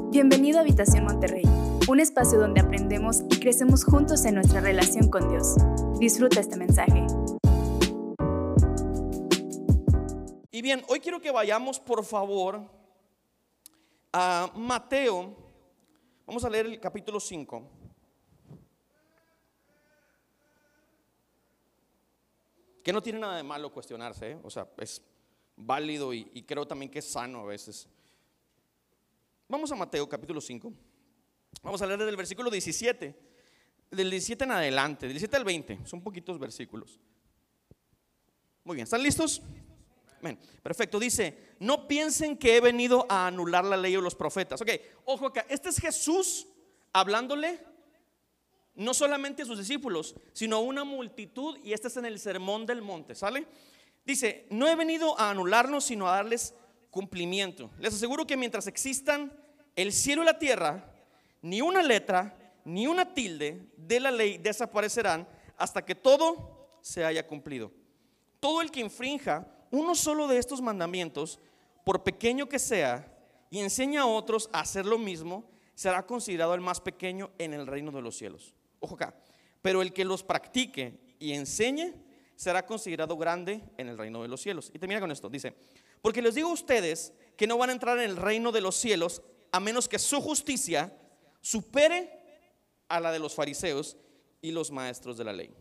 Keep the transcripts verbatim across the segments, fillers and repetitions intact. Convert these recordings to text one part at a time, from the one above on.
Bienvenido a Habitación Monterrey, un espacio donde aprendemos y crecemos juntos en nuestra relación con Dios. Disfruta este mensaje. Y bien, hoy quiero que vayamos, por favor, a Mateo. Vamos a leer el capítulo cinco. Que no tiene nada de malo cuestionarse, ¿eh? O sea, es válido y, y creo también que es sano a veces. Vamos a Mateo capítulo cinco. Vamos a leer desde el versículo diecisiete. Del diecisiete en adelante, del diecisiete al veinte. Son poquitos versículos. Muy bien, ¿están listos? Bien, perfecto, dice: no piensen que he venido a anular la ley o los profetas. Ok, ojo acá, este es Jesús hablándole no solamente a sus discípulos, sino a una multitud, y este es en el Sermón del Monte, ¿sale? Dice: no he venido a anularnos, sino a darles cumplimiento. Les aseguro que mientras existan el cielo y la tierra, ni una letra, ni una tilde de la ley desaparecerán hasta que todo se haya cumplido. Todo el que infrinja uno solo de estos mandamientos, por pequeño que sea, y enseña a otros a hacer lo mismo, será considerado el más pequeño en el reino de los cielos. Ojo acá, pero el que los practique y enseñe será considerado grande en el reino de los cielos. Y termina con esto, dice: porque les digo a ustedes que no van a entrar en el reino de los cielos a menos que su justicia supere a la de los fariseos y los maestros de la ley.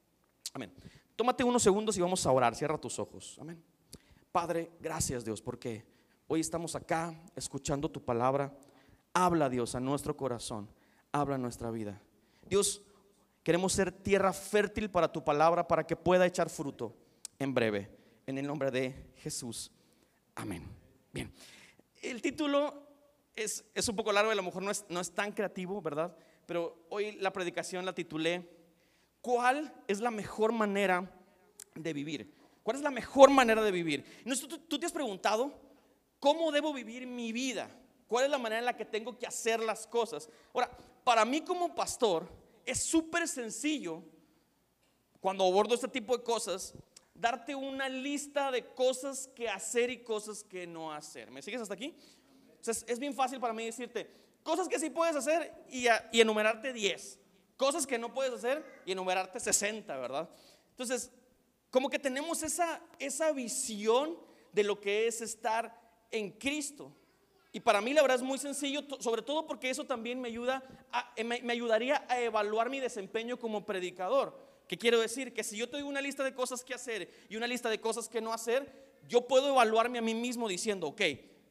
Amén. Tómate unos segundos y vamos a orar. Cierra tus ojos. Amén. Padre, gracias, Dios, porque hoy estamos acá escuchando tu palabra. Habla, Dios, a nuestro corazón. Habla a nuestra vida. Dios, queremos ser tierra fértil para tu palabra, para que pueda echar fruto en breve. En el nombre de Jesús. Amén. Bien. El título es, es un poco largo, a lo mejor no es, no es tan creativo, ¿verdad? Pero hoy la predicación la titulé: ¿cuál es la mejor manera de vivir? ¿Cuál es la mejor manera de vivir? Entonces, ¿tú, tú te has preguntado cómo debo vivir mi vida? ¿Cuál es la manera en la que tengo que hacer las cosas? Ahora, para mí como pastor es súper sencillo, cuando abordo este tipo de cosas, darte una lista de cosas que hacer y cosas que no hacer. ¿Me sigues hasta aquí? O sea, es, es bien fácil para mí decirte cosas que sí puedes hacer y, a, y enumerarte diez. Cosas que no puedes hacer y enumerarte sesenta, ¿verdad? Entonces, como que tenemos esa, esa visión de lo que es estar en Cristo. Y para mí la verdad es muy sencillo, sobre todo porque eso también me ayuda a, me, me ayudaría a evaluar mi desempeño como predicador. ¿Qué quiero decir? Que si yo tengo una lista de cosas que hacer y una lista de cosas que no hacer, yo puedo evaluarme a mí mismo diciendo: ok,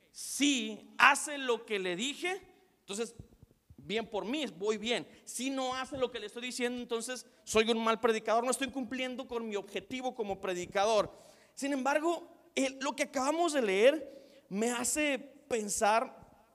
si hace lo que le dije, entonces bien por mí, voy bien. Si no hace lo que le estoy diciendo, entonces soy un mal predicador, no estoy cumpliendo con mi objetivo como predicador. Sin embargo, el, lo que acabamos de leer me hace pensar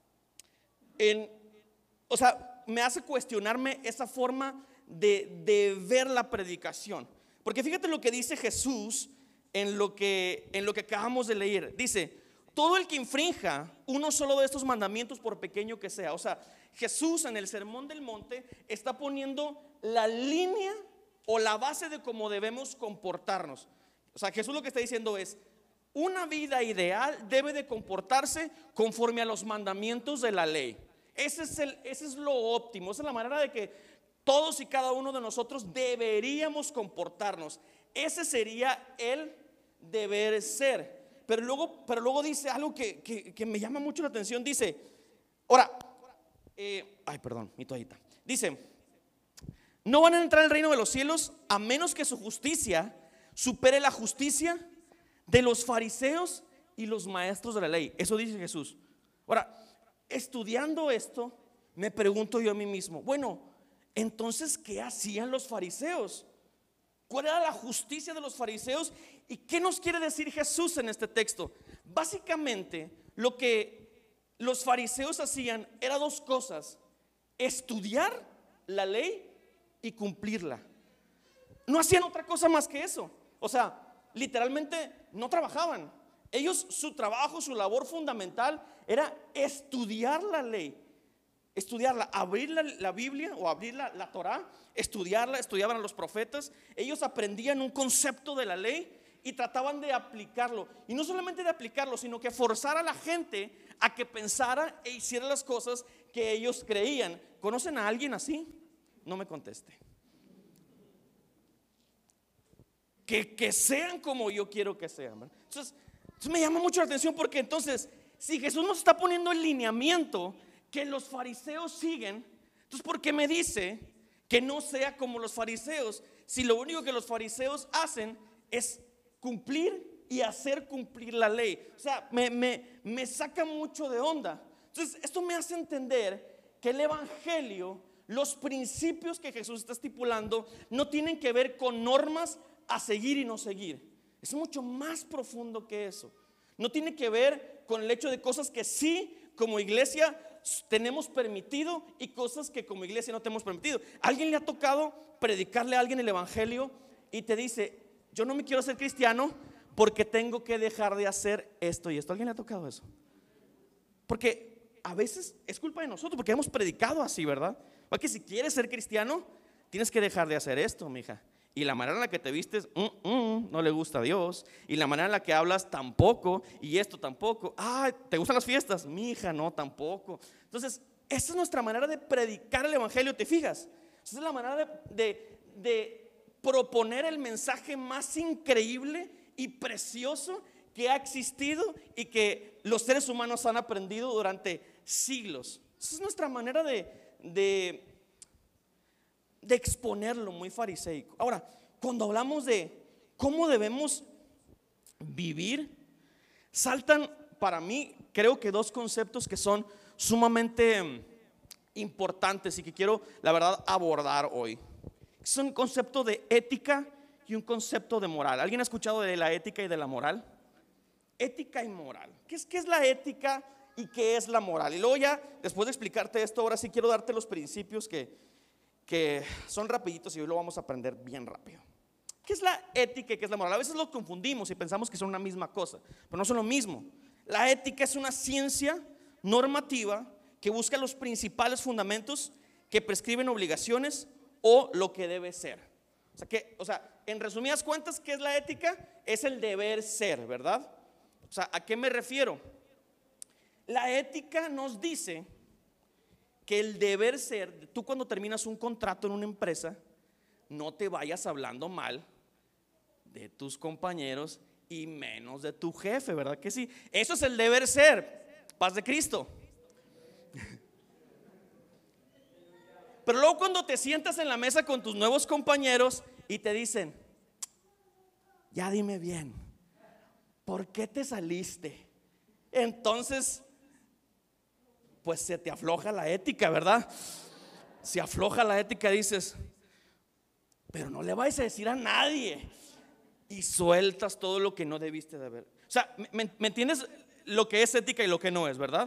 en, o sea, me hace cuestionarme esa forma de, de ver la predicación. Porque fíjate lo que dice Jesús en lo que, en lo que acabamos de leer. Dice: todo el que infrinja uno solo de estos mandamientos, por pequeño que sea. O sea, Jesús en el Sermón del Monte está poniendo la línea o la base de cómo debemos comportarnos. O sea, Jesús lo que está diciendo es: una vida ideal debe de comportarse conforme a los mandamientos de la ley. Ese es, el, ese es lo óptimo, esa es la manera de que todos y cada uno de nosotros deberíamos comportarnos. Ese sería el deber ser. Pero luego, pero luego dice algo que, que, que me llama mucho la atención. Dice, ahora, eh, ay perdón, mi toallita. Dice: no van a entrar al reino de los cielos a menos que su justicia supere la justicia de los fariseos y los maestros de la ley. Eso dice Jesús. Ahora, estudiando esto, me pregunto yo a mí mismo: bueno, entonces, ¿qué hacían los fariseos? ¿Cuál era la justicia de los fariseos? ¿Y qué nos quiere decir Jesús en este texto? Básicamente, lo que los fariseos hacían era dos cosas: estudiar la ley y cumplirla. No hacían otra cosa más que eso. O sea, literalmente no trabajaban. Ellos, su trabajo, su labor fundamental era estudiar la ley. Estudiarla, abrir la, la Biblia o abrir la, la Torá, estudiarla, estudiaban a los profetas. Ellos aprendían un concepto de la ley y trataban de aplicarlo. Y no solamente de aplicarlo, sino que forzar a la gente a que pensara e hiciera las cosas que ellos creían. ¿Conocen a alguien así? No me conteste. Que, que sean como yo quiero que sean, ¿verdad? Entonces, entonces me llama mucho la atención, porque entonces, si Jesús nos está poniendo el lineamiento que los fariseos siguen, entonces ¿por qué me dice que no sea como los fariseos? Si lo único que los fariseos hacen es cumplir y hacer cumplir la ley. O sea, me, me, me saca mucho de onda. Entonces esto me hace entender que el evangelio, los principios que Jesús está estipulando, no tienen que ver con normas a seguir y no seguir. Es mucho más profundo que eso. No tiene que ver con el hecho de cosas que sí, como iglesia, tenemos permitido, y cosas que como iglesia no tenemos permitido. ¿Alguien le ha tocado predicarle a alguien el evangelio y te dice: yo no me quiero hacer cristiano porque tengo que dejar de hacer esto y esto? ¿Alguien le ha tocado eso? Porque a veces es culpa de nosotros, porque hemos predicado así, ¿verdad? Porque si quieres ser cristiano, tienes que dejar de hacer esto, mija. Y la manera en la que te vistes, mm, mm, no le gusta a Dios. Y la manera en la que hablas, tampoco. Y esto tampoco. Ah, ¿te gustan las fiestas? Mi hija, no, tampoco. Entonces, esa es nuestra manera de predicar el evangelio, ¿te fijas? Esa es la manera de, de, de proponer el mensaje más increíble y precioso que ha existido y que los seres humanos han aprendido durante siglos. Esa es nuestra manera de... de de exponerlo, muy fariseico. Ahora, cuando hablamos de cómo debemos vivir, saltan para mí, creo que dos conceptos que son sumamente importantes y que quiero, la verdad, abordar hoy. Es un concepto de ética y un concepto de moral. ¿Alguien ha escuchado de la ética y de la moral? Ética y moral. ¿Qué es, qué es la ética y qué es la moral? Y luego ya, después de explicarte esto, ahora sí quiero darte los principios que que son rapiditos y hoy lo vamos a aprender bien rápido. ¿Qué es la ética y qué es la moral? A veces lo confundimos y pensamos que son una misma cosa, pero no son lo mismo. La ética es una ciencia normativa que busca los principales fundamentos que prescriben obligaciones o lo que debe ser. O sea, que, o sea, en resumidas cuentas, ¿qué es la ética? Es el deber ser, ¿verdad? O sea, ¿a qué me refiero? La ética nos dice que el deber ser, tú cuando terminas un contrato en una empresa, no te vayas hablando mal de tus compañeros y menos de tu jefe, ¿verdad que sí? Eso es el deber ser, paz de Cristo. Pero luego cuando te sientas en la mesa con tus nuevos compañeros y te dicen: ya dime bien, ¿por qué te saliste? Entonces, pues se te afloja la ética, ¿verdad? Se afloja la ética, dices: pero no le vais a decir a nadie. Y sueltas todo lo que no debiste de haber. O sea, ¿me, me entiendes lo que es ética y lo que no es, verdad?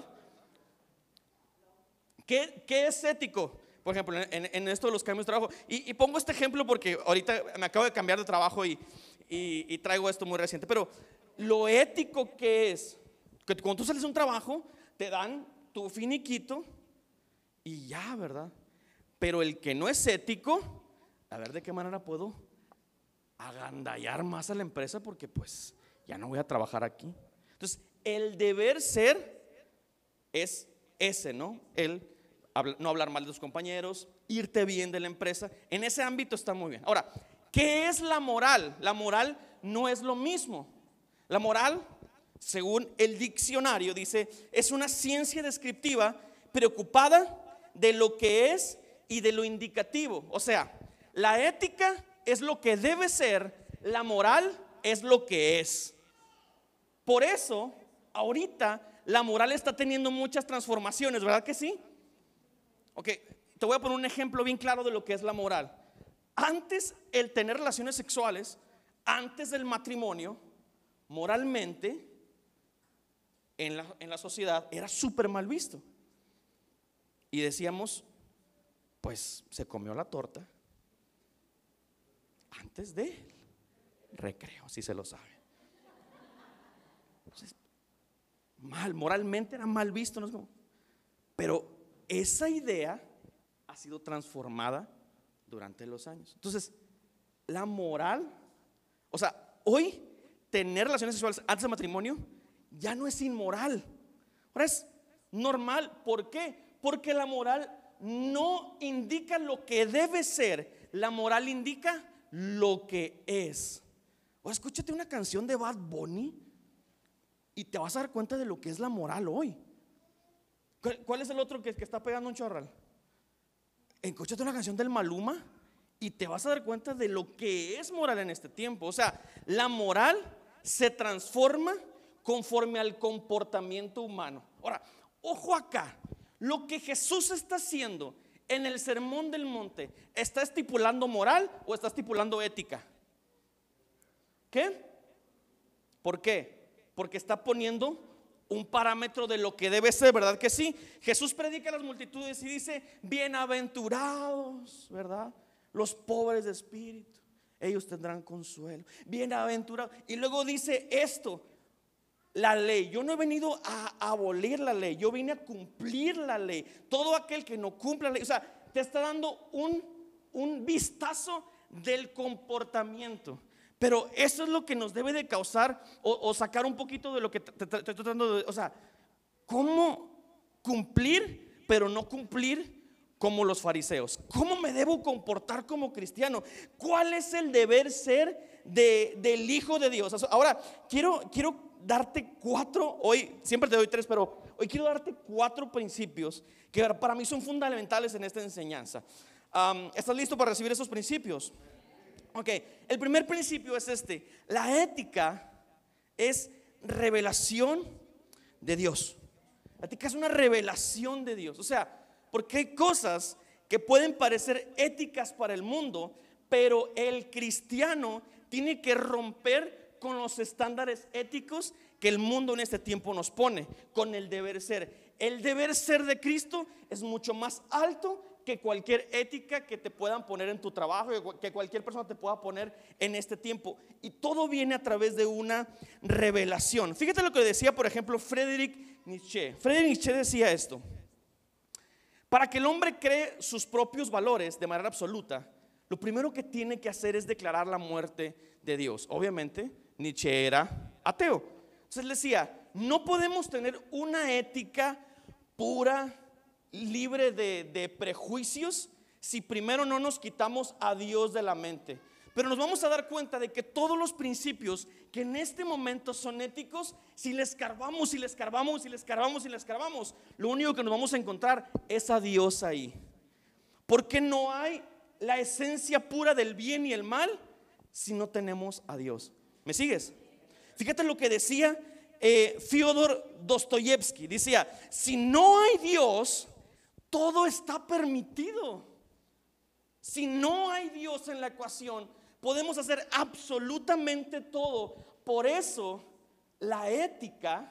¿Qué, qué es ético? Por ejemplo, en, en esto de los cambios de trabajo. Y, y pongo este ejemplo porque ahorita me acabo de cambiar de trabajo y, y, y traigo esto muy reciente. Pero lo ético que es, que cuando tú sales de un trabajo, te dan tu finiquito y ya, ¿verdad? Pero el que no es ético, a ver de qué manera puedo agandallar más a la empresa, porque pues ya no voy a trabajar aquí. Entonces, el deber ser es ese, ¿no? El no hablar mal de tus compañeros, irte bien de la empresa. En ese ámbito está muy bien. Ahora, ¿qué es la moral? La moral no es lo mismo. La moral, según el diccionario, dice: es una ciencia descriptiva preocupada de lo que es y de lo indicativo. O sea, la ética es lo que debe ser, la moral es lo que es. Por eso, ahorita la moral está teniendo muchas transformaciones, ¿verdad que sí? Ok, te voy a poner un ejemplo bien claro de lo que es la moral. Antes, el tener relaciones sexuales, antes del matrimonio, moralmente, en la, en la sociedad, era súper mal visto. Y decíamos: pues se comió la torta antes de recreo, si se lo sabe. Entonces, mal, moralmente era mal visto, ¿no? Pero esa idea ha sido transformada durante los años. Entonces, la moral, o sea, hoy tener relaciones sexuales antes del matrimonio ya no es inmoral, ahora es normal. ¿Por qué? Porque la moral no indica lo que debe ser, la moral indica lo que es. O escúchate una canción de Bad Bunny y te vas a dar cuenta de lo que es la moral hoy. ¿Cuál es el otro que, que está pegando un chorral? Escúchate una canción del Maluma y te vas a dar cuenta de lo que es moral en este tiempo. O sea, la moral se transforma conforme al comportamiento humano. Ahora, ojo acá, lo que Jesús está haciendo en el Sermón del Monte, ¿está estipulando moral o está estipulando ética? ¿Qué? ¿Por qué? Porque está poniendo un parámetro de lo que debe ser, ¿verdad que sí? Jesús predica a las multitudes y dice: bienaventurados, ¿verdad? Los pobres de espíritu, ellos tendrán consuelo. Bienaventurados. Y luego dice esto: la ley, yo no he venido a abolir la ley, yo vine a cumplir la ley. Todo aquel que no cumpla la ley, o sea, te está dando un, un vistazo del comportamiento. Pero eso es lo que nos debe de causar o, o sacar un poquito de lo que te estoy tratando de, o sea, ¿cómo cumplir pero no cumplir como los fariseos? ¿Cómo me debo comportar como cristiano? ¿Cuál es el deber ser de, del Hijo de Dios? Ahora, quiero, quiero darte cuatro, hoy siempre te doy tres, pero hoy quiero darte cuatro principios que para mí son fundamentales en esta enseñanza. um, ¿Estás listo para recibir esos principios? Ok, el primer principio es este: la ética es revelación de Dios. La ética es una revelación de Dios. O sea, porque hay cosas que pueden parecer éticas para el mundo, pero el cristiano tiene que romper con los estándares éticos que el mundo en este tiempo nos pone, con el deber ser. El deber ser de Cristo es mucho más alto que cualquier ética que te puedan poner en tu trabajo, que cualquier persona te pueda poner en este tiempo. Y todo viene a través de una revelación. Fíjate lo que decía, por ejemplo, Friedrich Nietzsche. Friedrich Nietzsche decía esto: para que el hombre cree sus propios valores de manera absoluta, lo primero que tiene que hacer es declarar la muerte de Dios. Obviamente, Nietzsche era ateo. Entonces él decía: no podemos tener una ética pura, libre de, de prejuicios, si primero no nos quitamos a Dios de la mente. Pero nos vamos a dar cuenta de que todos los principios que en este momento son éticos, si les escarbamos, si les escarbamos, si les escarbamos, si les escarbamos, lo único que nos vamos a encontrar es a Dios ahí. Porque no hay la esencia pura del bien y el mal si no tenemos a Dios. ¿Me sigues? Fíjate lo que decía eh, Fyodor Dostoyevsky. Decía: si no hay Dios, todo está permitido. Si no hay Dios en la ecuación, podemos hacer absolutamente todo. Por eso la ética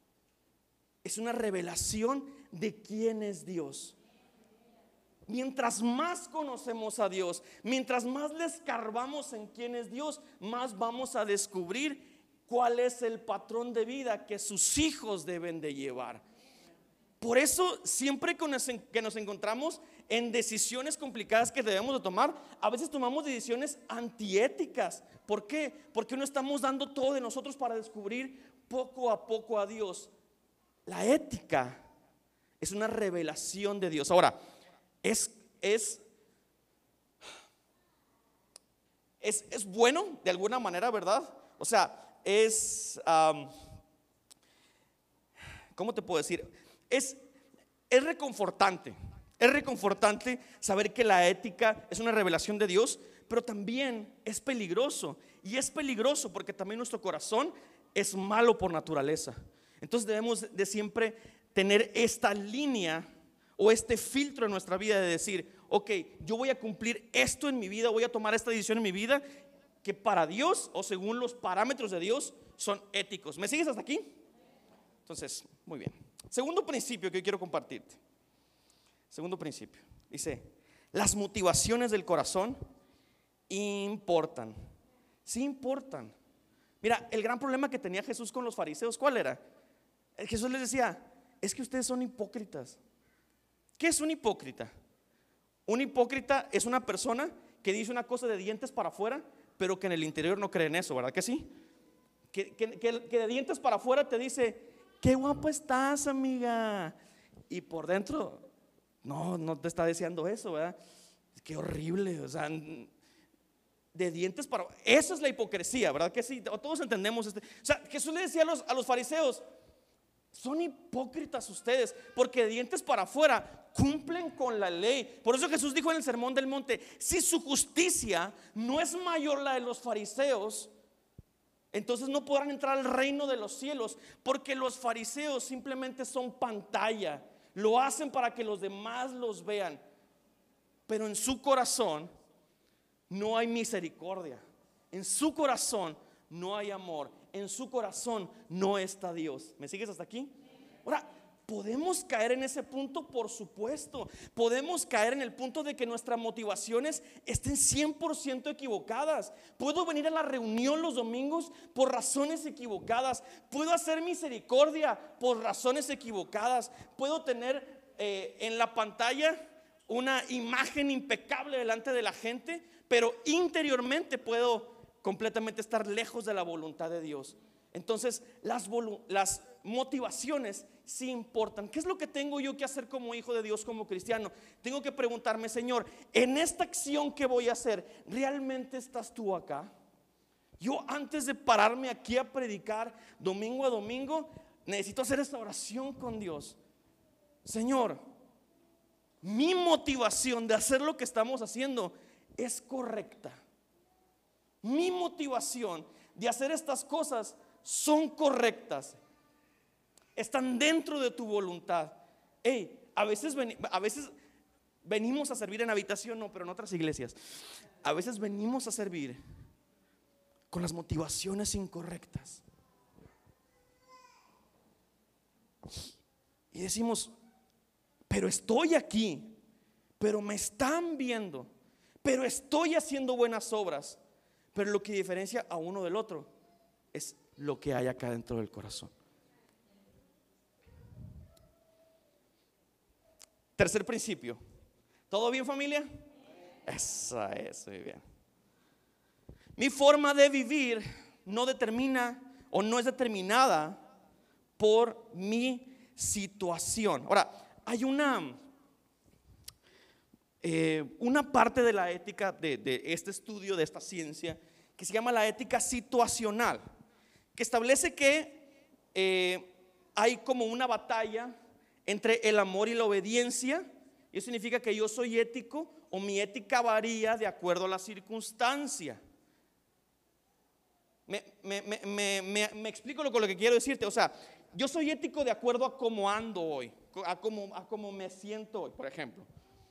es una revelación de quién es Dios. Mientras más conocemos a Dios, mientras más le escarbamos en quién es Dios, más vamos a descubrir cuál es el patrón de vida que sus hijos deben de llevar. Por eso siempre que nos encontramos en decisiones complicadas que debemos de tomar, a veces tomamos decisiones antiéticas. ¿Por qué? Porque no estamos dando todo de nosotros para descubrir poco a poco a Dios. La ética es una revelación de Dios. Ahora, es, es, es, es bueno de alguna manera, ¿verdad? O sea, es, um, ¿cómo te puedo decir? Es, es reconfortante, es reconfortante saber que la ética es una revelación de Dios, pero también es peligroso. Y es peligroso porque también nuestro corazón es malo por naturaleza. Entonces debemos de siempre tener esta línea o este filtro en nuestra vida de decir: ok, yo voy a cumplir esto en mi vida, voy a tomar esta decisión en mi vida que para Dios o según los parámetros de Dios son éticos. ¿Me sigues hasta aquí? Entonces, muy bien. Segundo principio que quiero compartirte. Segundo principio. Dice: las motivaciones del corazón importan. Sí importan. Mira, el gran problema que tenía Jesús con los fariseos, ¿cuál era? Jesús les decía: es que ustedes son hipócritas. ¿Qué es un hipócrita? Un hipócrita es una persona que dice una cosa de dientes para afuera, pero que en el interior no cree en eso, ¿verdad que sí? que, que, que, que de dientes para afuera te dice, qué guapa estás, amiga, y por dentro no, no te está deseando eso, ¿verdad? Qué horrible, o sea, de dientes para... Esa es la hipocresía, ¿verdad? Que sí, todos entendemos este. O sea, Jesús le decía a los, a los fariseos, son hipócritas ustedes, porque de dientes para afuera cumplen con la ley. Por eso Jesús dijo en el Sermón del Monte, si su justicia no es mayor la de los fariseos, entonces no podrán entrar al reino de los cielos, porque los fariseos simplemente son pantalla, lo hacen para que los demás los vean, pero en su corazón no hay misericordia, en su corazón no hay amor, en su corazón no está Dios. ¿Me sigues hasta aquí? Ahora, ¿podemos caer en ese punto? Por supuesto. Podemos caer en el punto de que nuestras motivaciones estén cien por ciento equivocadas. Puedo venir a la reunión los domingos por razones equivocadas. Puedo hacer misericordia por razones equivocadas. Puedo tener eh, en la pantalla una imagen impecable delante de la gente, pero interiormente puedo completamente estar lejos de la voluntad de Dios. Entonces las, las motivaciones sí importan. ¿Qué es lo que tengo yo que hacer como hijo de Dios, como cristiano? Tengo que preguntarme, Señor, en esta acción que voy a hacer, ¿realmente estás tú acá? Yo antes de pararme aquí a predicar domingo a domingo, necesito hacer esta oración con Dios. Señor, mi motivación de hacer lo que estamos haciendo es correcta. Mi motivación de hacer estas cosas son correctas, están dentro de tu voluntad. Hey, a veces, ven, a veces venimos a servir en habitación, no, pero en otras iglesias. A veces venimos a servir con las motivaciones incorrectas y decimos, pero estoy aquí, pero me están viendo, pero estoy haciendo buenas obras. Pero lo que diferencia a uno del otro es lo que hay acá dentro del corazón. Tercer principio. ¿Todo bien, familia? Eso es, muy bien. Mi forma de vivir no determina o no es determinada por mi situación. Ahora, hay una eh, una parte de la ética de, de este estudio, de esta ciencia, que se llama la ética situacional, que establece que eh, hay como una batalla entre el amor y la obediencia. Y eso significa que yo soy ético o mi ética varía de acuerdo a la circunstancia. Me, me, me, me, me, me explico lo, lo que quiero decirte. O sea, yo soy ético de acuerdo a cómo ando hoy, a cómo, a cómo me siento hoy. Por ejemplo,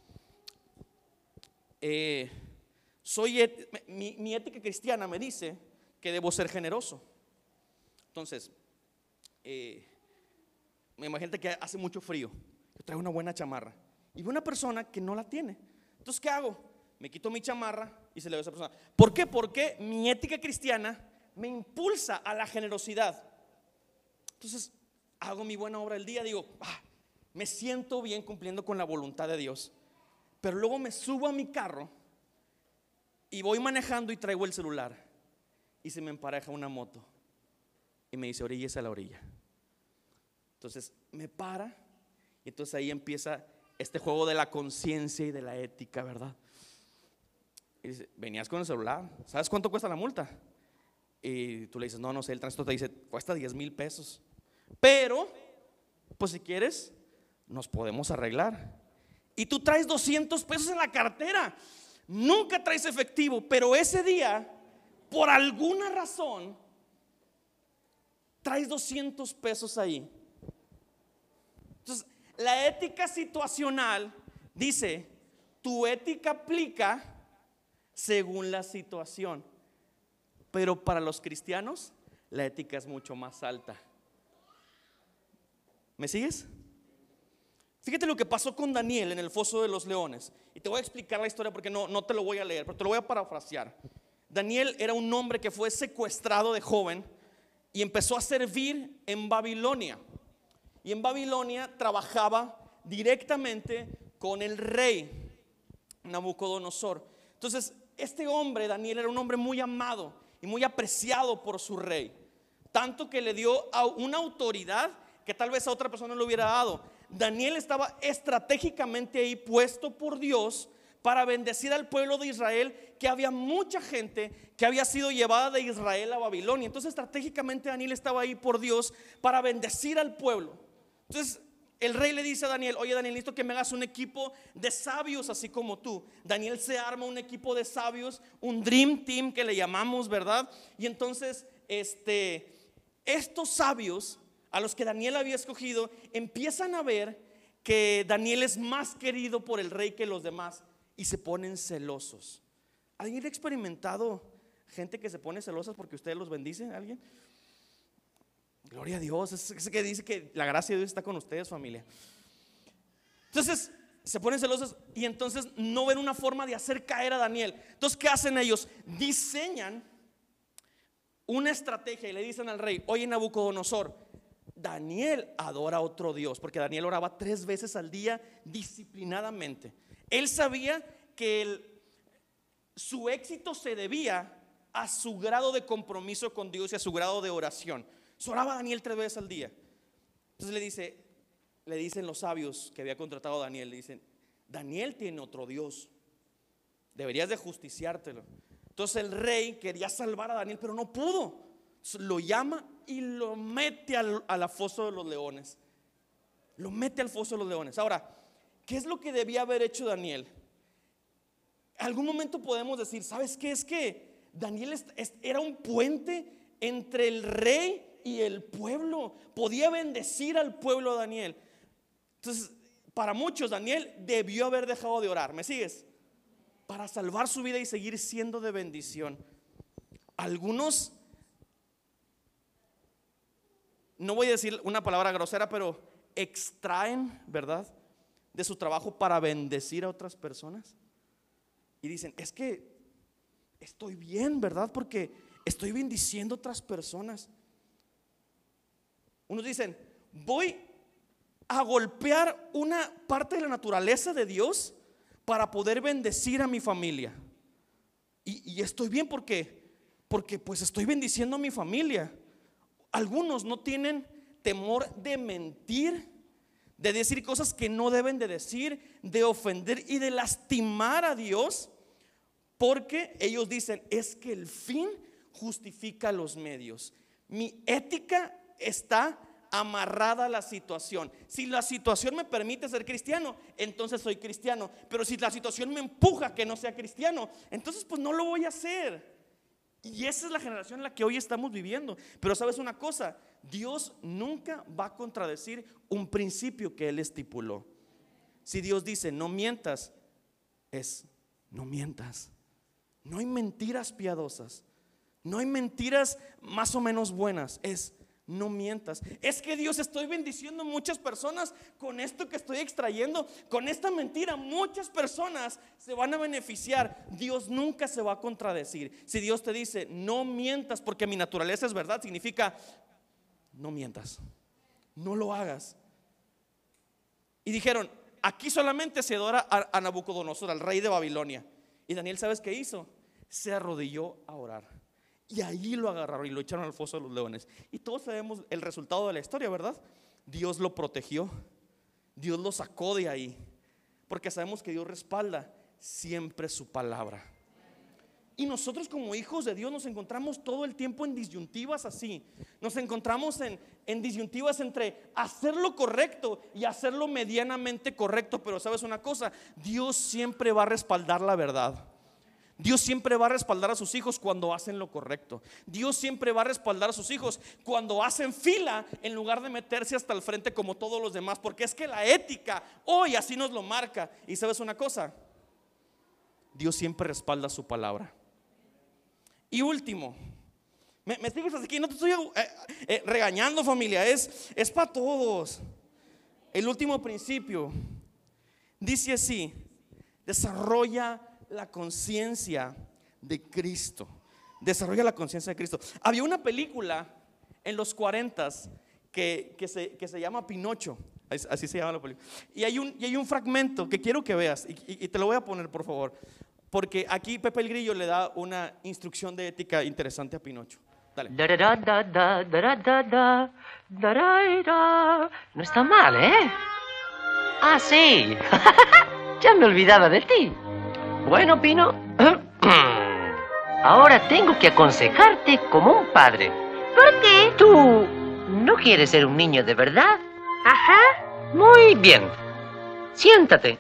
eh, soy et, mi, mi ética cristiana me dice que debo ser generoso. Entonces, eh, imagínate que hace mucho frío, yo traigo una buena chamarra y veo una persona que no la tiene. Entonces, ¿qué hago? Me quito mi chamarra y se la doy a esa persona. ¿Por qué? Porque mi ética cristiana me impulsa a la generosidad. Entonces, hago mi buena obra del día, digo, ah, me siento bien cumpliendo con la voluntad de Dios. Pero luego me subo a mi carro y voy manejando y traigo el celular y se me empareja una moto y me dice, oríllese a la orilla. Entonces me para y entonces ahí empieza este juego de la conciencia y de la ética, ¿verdad? Y dice, venías con el celular, ¿sabes cuánto cuesta la multa? Y tú le dices, no, no sé, el tránsito te dice, cuesta diez mil pesos. Pero, pues si quieres, nos podemos arreglar. Y tú traes doscientos pesos en la cartera, nunca traes efectivo, pero ese día, por alguna razón, traes doscientos pesos ahí. Entonces, la ética situacional dice, tu ética aplica según la situación. Pero para los cristianos, la ética es mucho más alta. ¿Me sigues? Fíjate lo que pasó con Daniel en el foso de los leones. Y te voy a explicar la historia porque no, no te lo voy a leer, pero te lo voy a parafrasear. Daniel era un hombre que fue secuestrado de joven y empezó a servir en Babilonia. Y en Babilonia trabajaba directamente con el rey Nabucodonosor. Entonces, este hombre, Daniel, era un hombre muy amado y muy apreciado por su rey. tanto que le dio a una autoridad que tal vez a otra persona no le hubiera dado. Daniel estaba estratégicamente ahí puesto por Dios para bendecir al pueblo de Israel, que había mucha gente que había sido llevada de Israel a Babilonia. Entonces estratégicamente Daniel estaba ahí por Dios para bendecir al pueblo. Entonces el rey le dice a Daniel: oye, Daniel, necesito que me hagas un equipo de sabios así como tú. Daniel se arma un equipo de sabios, un dream team que le llamamos, ¿verdad? Y entonces este, estos sabios a los que Daniel había escogido empiezan a ver que Daniel es más querido por el rey que los demás y se ponen celosos. ¿Alguien ha experimentado gente que se pone celosa porque ustedes los bendice? ¿Alguien? Gloria a Dios. Es, es que dice que la gracia de Dios está con ustedes, familia. Entonces se ponen celosos y entonces no ven una forma de hacer caer a Daniel. Entonces, ¿qué hacen ellos? Diseñan una estrategia y le dicen al rey: oye, Nabucodonosor, Daniel adora a otro Dios, porque Daniel oraba tres veces al día disciplinadamente. Él sabía que el, su éxito se debía a su grado de compromiso con Dios y a su grado de oración. So, oraba Daniel tres veces al día. Entonces le dice, le dicen los sabios que había contratado a Daniel, le dicen: Daniel tiene otro Dios, deberías de justiciártelo. Entonces el rey quería salvar a Daniel, pero no pudo. Lo llama y lo mete al, a la foso de los leones. Lo mete al foso de los leones. Ahora, ¿qué es lo que debía haber hecho Daniel? En algún momento podemos decir: ¿sabes qué? Es que Daniel es, es, era un puente entre el rey y el pueblo. Podía bendecir al pueblo Daniel. Entonces, para muchos Daniel debió haber dejado de orar. ¿Me sigues? Para salvar su vida y seguir siendo de bendición. Algunos, no voy a decir una palabra grosera, pero extraen, ¿verdad?, de su trabajo para bendecir a otras personas. Y dicen: es que estoy bien, ¿verdad?, porque estoy bendiciendo a otras personas. Unos dicen: voy a golpear una parte de la naturaleza de Dios para poder bendecir a mi familia. Y, y estoy bien porque, porque pues estoy bendiciendo a mi familia. Algunos no tienen temor de mentir, de decir cosas que no deben de decir, de ofender y de lastimar a Dios, porque ellos dicen: es que el fin justifica los medios. Mi ética está amarrada a la situación. Si la situación me permite ser cristiano, entonces soy cristiano. Pero si la situación me empuja a que no sea cristiano, entonces pues no lo voy a hacer. Y esa es la generación en la que hoy estamos viviendo. Pero sabes una cosa, Dios nunca va a contradecir un principio que Él estipuló. Si Dios dice no mientas, es no mientas. No hay mentiras piadosas, no hay mentiras más o menos buenas, es no mientas. Es que Dios, estoy bendiciendo a muchas personas con esto que estoy extrayendo, con esta mentira muchas personas se van a beneficiar. Dios nunca se va a contradecir. Si Dios te dice no mientas porque mi naturaleza es verdad, significa no mientas, no lo hagas. Y dijeron: aquí solamente se adora a, a Nabucodonosor, al rey de Babilonia. Y Daniel, ¿sabes qué hizo? Se arrodilló a orar. Y ahí lo agarraron y lo echaron al foso de los leones. Y todos sabemos el resultado de la historia, ¿verdad? Dios lo protegió, Dios lo sacó de ahí, porque sabemos que Dios respalda siempre su palabra. Y nosotros como hijos de Dios nos encontramos todo el tiempo en disyuntivas así. Nos encontramos en, en disyuntivas entre hacer lo correcto y hacerlo medianamente correcto. Pero sabes una cosa, Dios siempre va a respaldar la verdad. Dios siempre va a respaldar a sus hijos cuando hacen lo correcto. Dios siempre va a respaldar a sus hijos cuando hacen fila en lugar de meterse hasta el frente como todos los demás. Porque es que la ética hoy así nos lo marca. Y sabes una cosa, Dios siempre respalda su palabra. Y último, me, me sigues hasta aquí, no te estoy eh, eh, regañando, familia, es, es para todos. El último principio dice así: desarrolla la conciencia de Cristo. Desarrolla la conciencia de Cristo. Había una película en los cuarentas que, que, se, que se llama Pinocho. Así se llama la película. Y hay un, y hay un fragmento que quiero que veas y, y, y te lo voy a poner, por favor, porque aquí Pepe el Grillo le da una instrucción de ética interesante a Pinocho. Dale. Da, da, da, da, da, da, da, da, da, da, da. No está mal, ¿eh? Ah, sí. Ya me olvidaba de ti. Bueno, Pino, ahora tengo que aconsejarte como un padre. ¿Por qué? ¿Tú no quieres ser un niño de verdad? Ajá. Muy bien. Siéntate.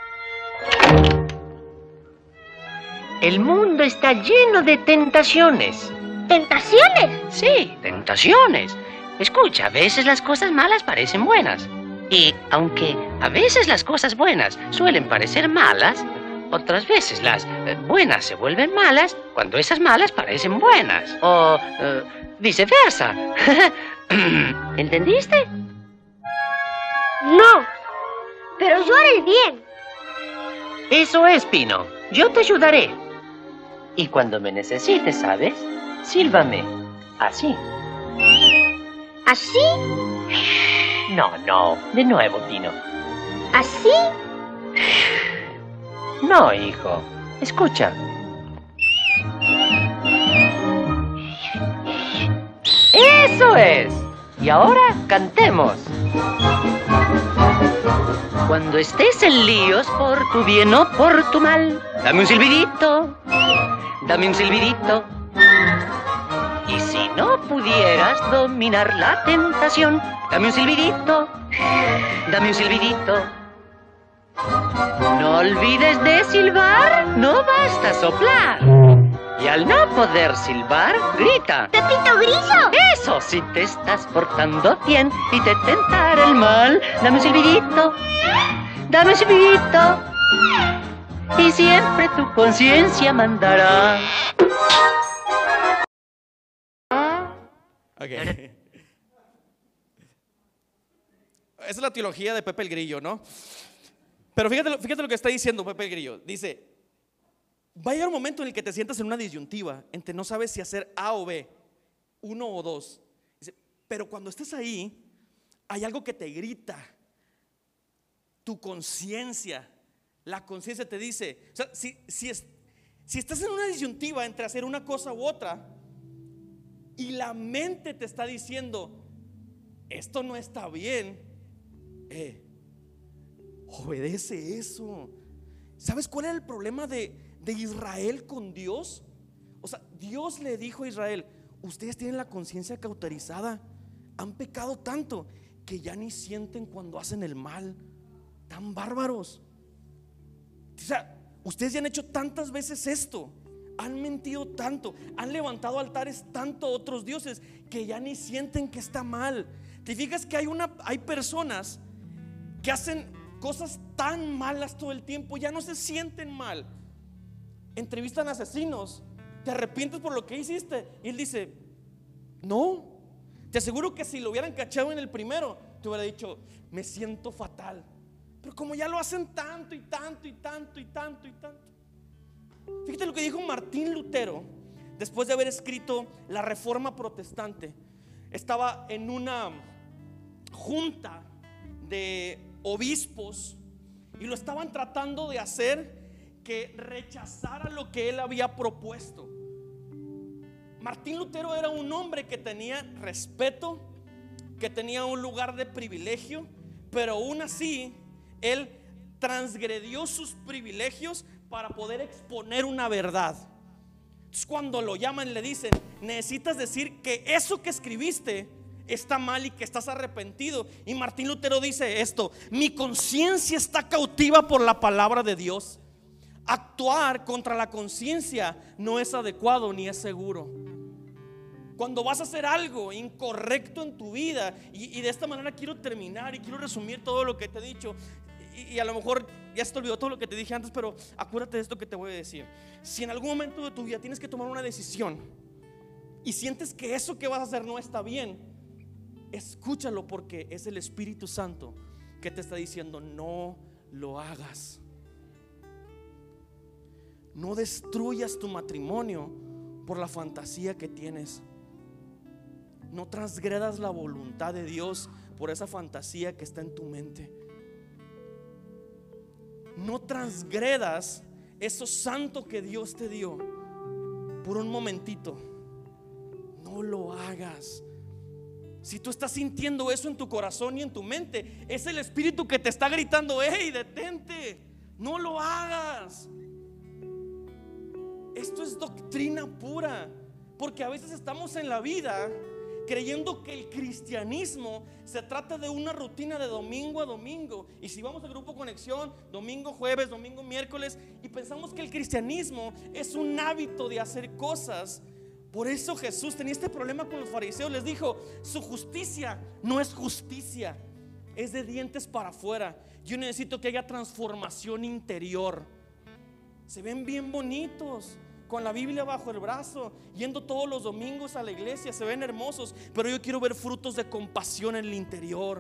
El mundo está lleno de tentaciones. ¿Tentaciones? Sí, tentaciones. Escucha, a veces las cosas malas parecen buenas. Y aunque a veces las cosas buenas suelen parecer malas, otras veces las eh, buenas se vuelven malas cuando esas malas parecen buenas. O eh, viceversa. ¿Entendiste? No. Pero yo haré el bien. Eso es, Pino. Yo te ayudaré. Y cuando me necesites, ¿sabes? Sílvame. Así. ¿Así? No, no. De nuevo, Pino. ¿Así? No, hijo. Escucha. ¡Eso es! Y ahora cantemos. Cuando estés en líos por tu bien o por tu mal, dame un silbidito, dame un silbidito. Y si no pudieras dominar la tentación, dame un silbidito, dame un silbidito. No olvides de silbar, no basta soplar. Y al no poder silbar, grita. ¡Pepito Grillo! Eso, si te estás portando bien y te tentara el mal, dame un silbidito, dame un silbidito. Y siempre tu conciencia mandará. Ok. Esa es la teología de Pepe el Grillo, ¿no? Pero fíjate, lo- fíjate lo que está diciendo Pepe el Grillo. Dice, va a llegar un momento en el que te sientas en una disyuntiva entre no sabes si hacer A o B, uno o dos. Dice, pero cuando estés ahí, hay algo que te grita. Tu conciencia, la conciencia te dice, o sea, si, si, es, si estás en una disyuntiva entre hacer una cosa u otra, y la mente te está diciendo, esto no está bien, eh, obedece eso. ¿Sabes cuál era el problema de, de Israel con Dios? O sea, Dios le dijo a Israel, ustedes tienen la conciencia cauterizada, han pecado tanto que ya ni sienten cuando hacen el mal. Tan bárbaros. O sea, ustedes ya han hecho tantas veces esto, han mentido tanto, han levantado altares tanto a otros dioses que ya ni sienten que está mal. Te fijas que hay una, hay personas que hacen cosas tan malas todo el tiempo, ya no se sienten mal. Entrevistan a asesinos, ¿te arrepientes por lo que hiciste? Y él dice, no. Te aseguro que si lo hubieran cachado en el primero, te hubiera dicho, me siento fatal. Pero como ya lo hacen tanto y tanto y tanto y tanto y tanto. Fíjate lo que dijo Martín Lutero después de haber escrito la Reforma Protestante. Estaba en una junta de obispos y lo estaban tratando de hacer que rechazara lo que él había propuesto. Martín Lutero era un hombre que tenía respeto, que tenía un lugar de privilegio, pero aún así él transgredió sus privilegios para poder exponer una verdad. Entonces, cuando lo llaman, le dicen, necesitas decir que eso que escribiste está mal y que estás arrepentido. Y Martín Lutero dice esto: mi conciencia está cautiva por la palabra de Dios. Actuar contra la conciencia no es adecuado ni es seguro. Cuando vas a hacer algo incorrecto en tu vida, y, y de esta manera quiero terminar y quiero resumir todo lo que te he dicho, y, y a lo mejor ya se te olvidó todo lo que te dije antes, pero acuérdate de esto que te voy a decir. Si en algún momento de tu vida tienes que tomar una decisión y sientes que eso que vas a hacer no está bien, escúchalo, porque es el Espíritu Santo que te está diciendo, no lo hagas. No destruyas tu matrimonio por la fantasía que tienes. No transgredas la voluntad de Dios por esa fantasía que está en tu mente. No transgredas eso santo que Dios te dio por un momentito. No no lo hagas. Si tú estás sintiendo eso en tu corazón y en tu mente, es el Espíritu que te está gritando: hey, detente, no lo hagas. Esto es doctrina pura, porque a veces estamos en la vida creyendo que el cristianismo se trata de una rutina de domingo a domingo. Y si vamos al grupo Conexión, domingo, jueves, domingo, miércoles, y pensamos que el cristianismo es un hábito de hacer cosas. Por eso Jesús tenía este problema con los fariseos. Les dijo: su justicia no es justicia, es de dientes para afuera. Yo necesito que haya transformación interior. Se ven bien bonitos, con la Biblia bajo el brazo, yendo todos los domingos a la iglesia, se ven hermosos, pero yo quiero ver frutos de compasión en el interior.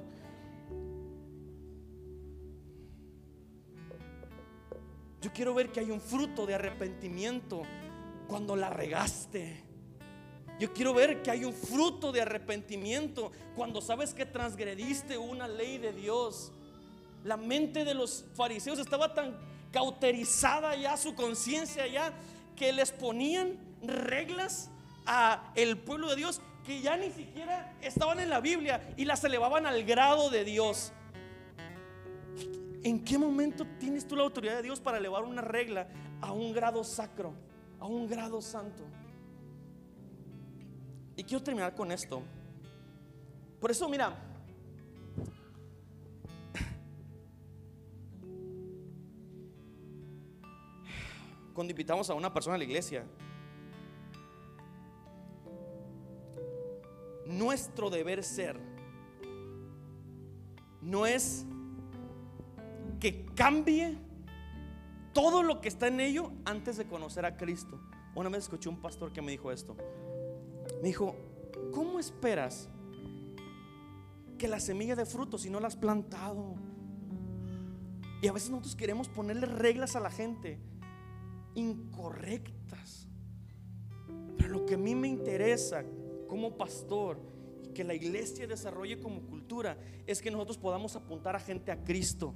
Yo quiero ver que hay un fruto de arrepentimiento cuando la regaste. Yo quiero ver que hay un fruto de arrepentimiento cuando sabes que transgrediste una ley de Dios. La mente de los fariseos estaba tan cauterizada ya, su conciencia ya, que les ponían reglas a el pueblo de Dios que ya ni siquiera estaban en la Biblia y las elevaban al grado de Dios. ¿En qué momento tienes tú la autoridad de Dios para elevar una regla a un grado sacro, a un grado santo? Y quiero terminar con esto. Por eso, mira, cuando invitamos a una persona a la iglesia, nuestro deber ser no es que cambie todo lo que está en ello antes de conocer a Cristo. Una vez escuché un pastor que me dijo esto. Me dijo: ¿cómo esperas que la semilla dé fruto si no la has plantado? Y a veces nosotros queremos ponerle reglas a la gente incorrectas. Pero lo que a mí me interesa como pastor y que la iglesia desarrolle como cultura es que nosotros podamos apuntar a gente a Cristo.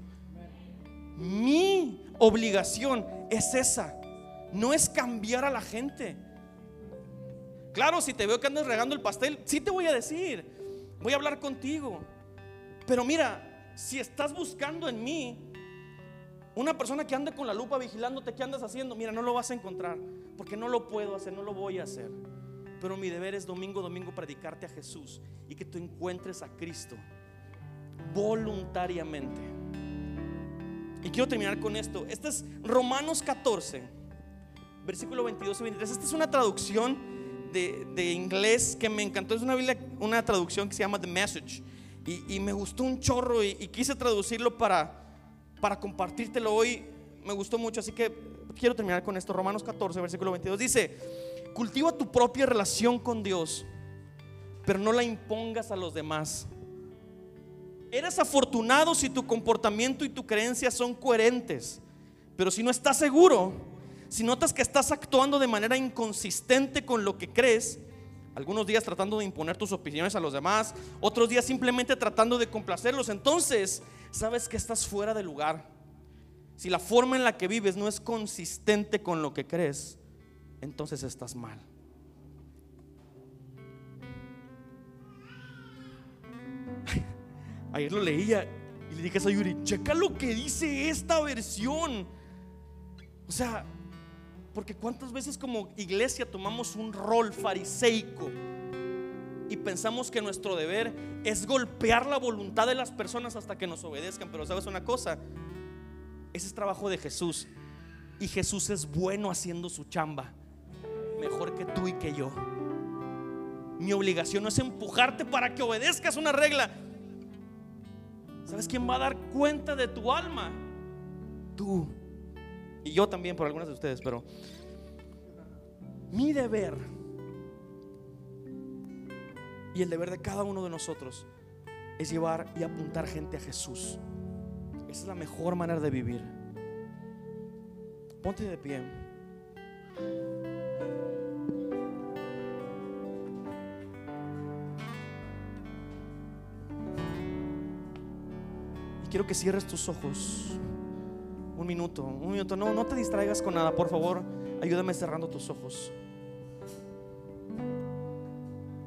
Mi obligación es esa, no es cambiar a la gente. Claro, si te veo que andas regando el pastel, sí te voy a decir, voy a hablar contigo. Pero mira, si estás buscando en mí una persona que ande con la lupa vigilándote qué andas haciendo, mira, no lo vas a encontrar, porque no lo puedo hacer, no lo voy a hacer. Pero mi deber es domingo, domingo predicarte a Jesús y que tú encuentres a Cristo voluntariamente. Y quiero terminar con esto. Este es Romanos catorce, versículo veintidós y veintitrés. Esta es una traducción de, de inglés que me encantó. Es una, Biblia, una traducción que se llama The Message, y, y me gustó un chorro, y, y quise traducirlo para para compartírtelo hoy. Me gustó mucho, así que quiero terminar con esto. Romanos catorce, versículo veintidós dice: cultiva tu propia relación con Dios, pero no la impongas a los demás. Eres afortunado si tu comportamiento y tu creencia son coherentes, pero si no estás seguro, si notas que estás actuando de manera inconsistente con lo que crees, algunos días tratando de imponer tus opiniones a los demás, otros días simplemente tratando de complacerlos, entonces sabes que estás fuera de lugar. Si la forma en la que vives no es consistente con lo que crees, entonces estás mal. Ayer lo leía y le dije a Sayuri: checa lo que dice esta versión. O sea, porque cuántas veces como iglesia tomamos un rol fariseico y pensamos que nuestro deber es golpear la voluntad de las personas hasta que nos obedezcan. Pero sabes una cosa, ese es trabajo de Jesús, y Jesús es bueno haciendo su chamba mejor que tú y que yo. Mi obligación no es empujarte para que obedezcas una regla. ¿Sabes quién va a dar cuenta de tu alma? Tú. Y yo también, por algunas de ustedes. Pero mi deber y el deber de cada uno de nosotros es llevar y apuntar gente a Jesús. Esa es la mejor manera de vivir. Ponte de pie. Y quiero que cierres tus ojos un minuto, un minuto. No, no te distraigas con nada, por favor. Ayúdame cerrando tus ojos.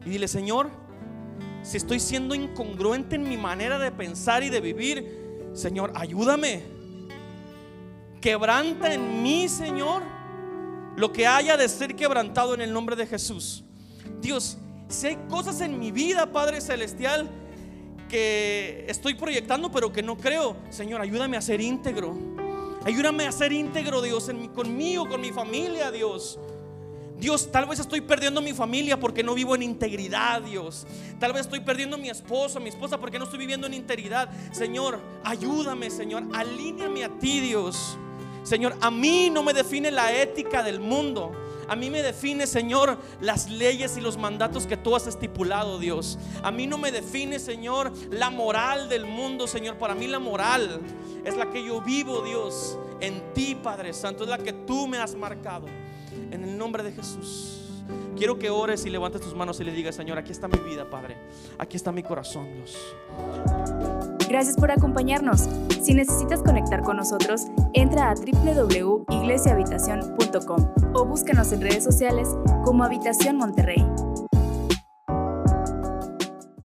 Y dile: Señor, si estoy siendo incongruente en mi manera de pensar y de vivir, Señor, ayúdame. Quebranta en mí, Señor, lo que haya de ser quebrantado en el nombre de Jesús. Dios, si hay cosas en mi vida, Padre Celestial, que estoy proyectando pero que no creo, Señor, ayúdame a ser íntegro. Ayúdame a ser íntegro, Dios, en mi, conmigo, con mi familia, Dios. Dios, tal vez estoy perdiendo mi familia porque no vivo en integridad, Dios. Tal vez estoy perdiendo a mi esposo, a mi esposa, porque no estoy viviendo en integridad. Señor, ayúdame, Señor, alíneame a ti, Dios. Señor, a mí no me define la ética del mundo. A mí me define, Señor, las leyes y los mandatos que tú has estipulado, Dios. A mí no me define, Señor, la moral del mundo, Señor. Para mí la moral es la que yo vivo, Dios, en ti, Padre Santo. Es la que tú me has marcado. En el nombre de Jesús, quiero que ores y levantes tus manos y le digas: Señor, aquí está mi vida, Padre. Aquí está mi corazón, Dios. Gracias por acompañarnos. Si necesitas conectar con nosotros, entra a doble u doble u doble u punto iglesia habitación punto com o búscanos en redes sociales como Habitación Monterrey.